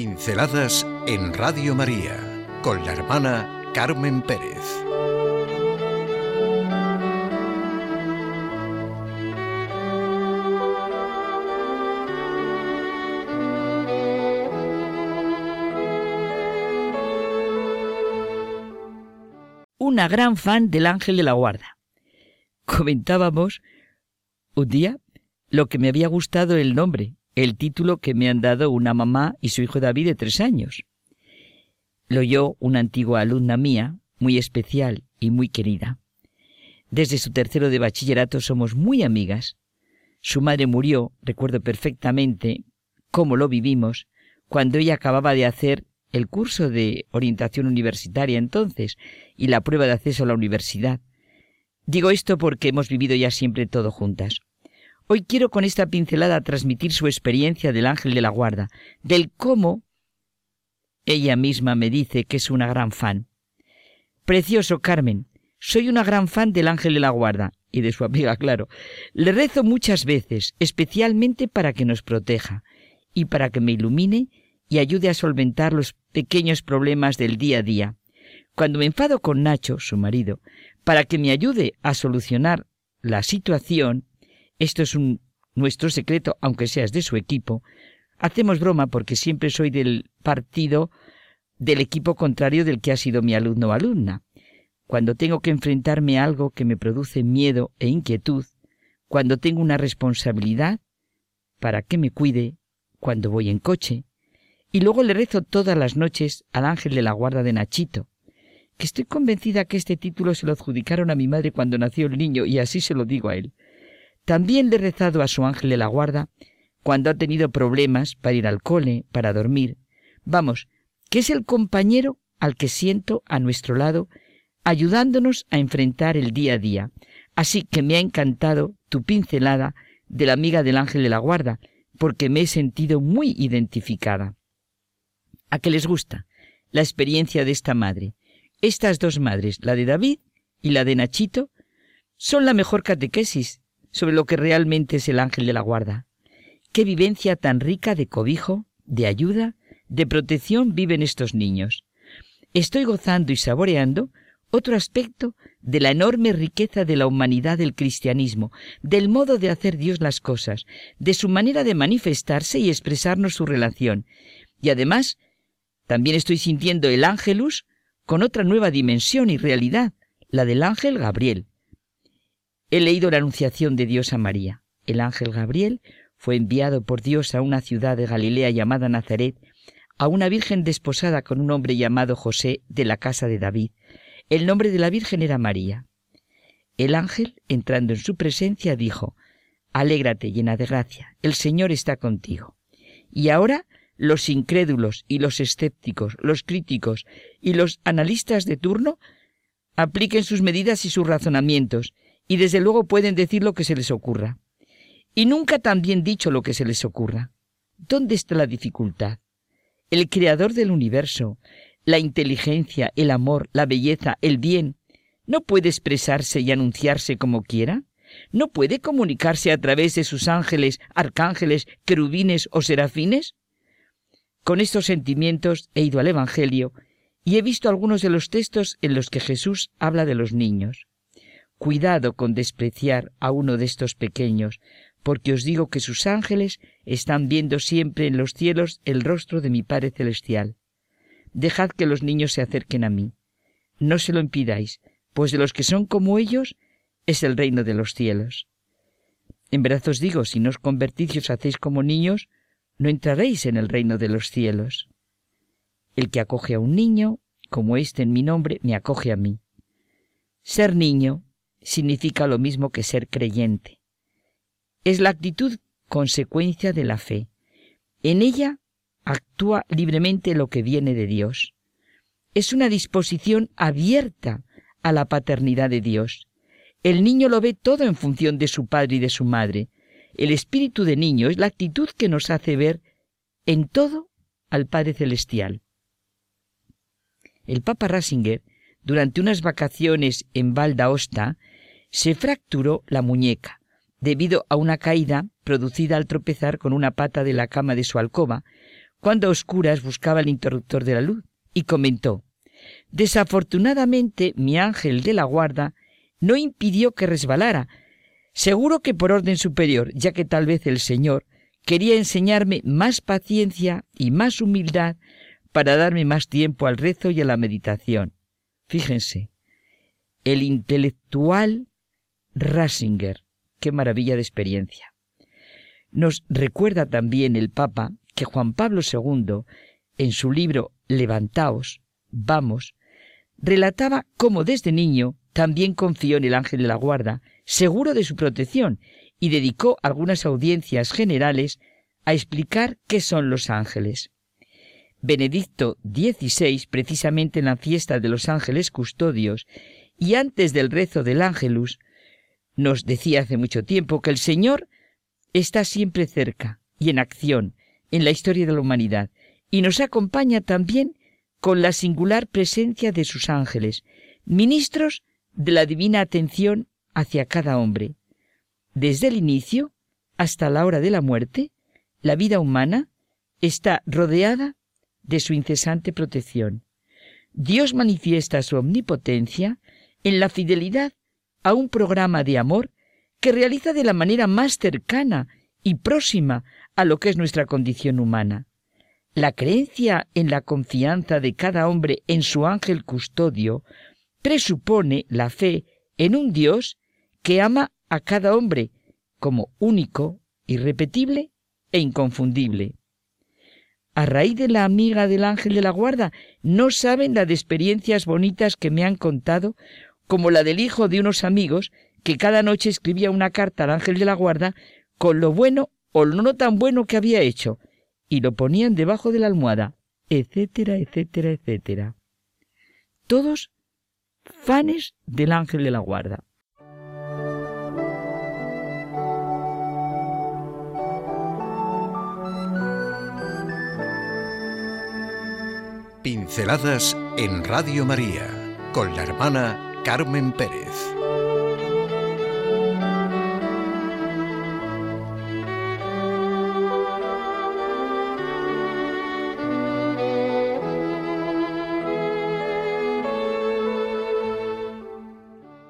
Pinceladas en Radio María con la hermana Carmen Pérez. Una gran fan del Ángel de la Guarda. Comentábamos un día lo que me había gustado el nombre, el título que me han dado una mamá y su hijo David de 3 años. Lo oyó una antigua alumna mía, muy especial y muy querida. Desde su tercero de bachillerato somos muy amigas. Su madre murió, recuerdo perfectamente cómo lo vivimos, cuando ella acababa de hacer el curso de orientación universitaria entonces y la prueba de acceso a la universidad. Digo esto porque hemos vivido ya siempre todo juntas. Hoy quiero con esta pincelada transmitir su experiencia del Ángel de la Guarda, del cómo ella misma me dice que es una gran fan. Precioso, Carmen, soy una gran fan del Ángel de la Guarda y de su amiga, claro. Le rezo muchas veces, especialmente para que nos proteja y para que me ilumine y ayude a solventar los pequeños problemas del día a día. Cuando me enfado con Nacho, su marido, para que me ayude a solucionar la situación, esto es nuestro secreto, aunque seas de su equipo, hacemos broma porque siempre soy del partido del equipo contrario del que ha sido mi alumno o alumna. Cuando tengo que enfrentarme a algo que me produce miedo e inquietud, cuando tengo una responsabilidad, para que me cuide, cuando voy en coche. Y luego le rezo todas las noches al Ángel de la Guarda de Nachito, que estoy convencida que este título se lo adjudicaron a mi madre cuando nació el niño y así se lo digo a él. También le he rezado a su Ángel de la Guarda cuando ha tenido problemas para ir al cole, para dormir. Vamos, que es el compañero al que siento a nuestro lado, ayudándonos a enfrentar el día a día. Así que me ha encantado tu pincelada de la amiga del Ángel de la Guarda, porque me he sentido muy identificada. ¿A qué les gusta la experiencia de esta madre? Estas dos madres, la de David y la de Nachito, son la mejor catequesis sobre lo que realmente es el Ángel de la Guarda. Qué vivencia tan rica de cobijo, de ayuda, de protección viven estos niños. Estoy gozando y saboreando otro aspecto de la enorme riqueza de la humanidad del cristianismo, del modo de hacer Dios las cosas, de su manera de manifestarse y expresarnos su relación. Y además, también estoy sintiendo el Ángelus con otra nueva dimensión y realidad, la del ángel Gabriel. He leído la anunciación de Dios a María. El ángel Gabriel fue enviado por Dios a una ciudad de Galilea llamada Nazaret, a una virgen desposada con un hombre llamado José de la casa de David. El nombre de la virgen era María. El ángel, entrando en su presencia, dijo: «Alégrate, llena de gracia, el Señor está contigo». Y ahora los incrédulos y los escépticos, los críticos y los analistas de turno apliquen sus medidas y sus razonamientos, y desde luego pueden decir lo que se les ocurra. Y nunca tan bien dicho lo que se les ocurra. ¿Dónde está la dificultad? El creador del universo, la inteligencia, el amor, la belleza, el bien, ¿no puede expresarse y anunciarse como quiera? ¿No puede comunicarse a través de sus ángeles, arcángeles, querubines o serafines? Con estos sentimientos he ido al Evangelio y he visto algunos de los textos en los que Jesús habla de los niños. Cuidado con despreciar a uno de estos pequeños, porque os digo que sus ángeles están viendo siempre en los cielos el rostro de mi Padre Celestial. Dejad que los niños se acerquen a mí. No se lo impidáis, pues de los que son como ellos es el reino de los cielos. En verdad os digo, si no os convertís y os hacéis como niños, no entraréis en el reino de los cielos. El que acoge a un niño, como éste en mi nombre, me acoge a mí. Ser niño significa lo mismo que ser creyente. Es la actitud consecuencia de la fe. En ella actúa libremente lo que viene de Dios. Es una disposición abierta a la paternidad de Dios. El niño lo ve todo en función de su padre y de su madre. El espíritu de niño es la actitud que nos hace ver en todo al Padre Celestial. El Papa Ratzinger, durante unas vacaciones en Val d'Aosta, se fracturó la muñeca debido a una caída producida al tropezar con una pata de la cama de su alcoba, cuando a oscuras buscaba el interruptor de la luz, y comentó: desafortunadamente mi ángel de la guarda no impidió que resbalara, seguro que por orden superior, ya que tal vez el Señor quería enseñarme más paciencia y más humildad para darme más tiempo al rezo y a la meditación. Fíjense, el intelectual Ratzinger, qué maravilla de experiencia. Nos recuerda también el Papa que Juan Pablo II, en su libro Levantaos, vamos, relataba cómo desde niño también confió en el ángel de la guarda, seguro de su protección, y dedicó algunas audiencias generales a explicar qué son los ángeles. Benedicto XVI, precisamente en la fiesta de los ángeles custodios y antes del rezo del Ángelus, nos decía hace mucho tiempo que el Señor está siempre cerca y en acción en la historia de la humanidad, y nos acompaña también con la singular presencia de sus ángeles, ministros de la divina atención hacia cada hombre. Desde el inicio hasta la hora de la muerte, la vida humana está rodeada de su incesante protección. Dios manifiesta su omnipotencia en la fidelidad a un programa de amor que realiza de la manera más cercana y próxima a lo que es nuestra condición humana. La creencia en la confianza de cada hombre en su ángel custodio presupone la fe en un Dios que ama a cada hombre como único, irrepetible e inconfundible. A raíz de la amiga del ángel de la guarda, no saben la de experiencias bonitas que me han contado, como la del hijo de unos amigos que cada noche escribía una carta al ángel de la guarda con lo bueno o lo no tan bueno que había hecho, y lo ponían debajo de la almohada, etcétera, etcétera, etcétera. Todos fanes del ángel de la guarda. Pinceladas en Radio María con la hermana Carmen Pérez.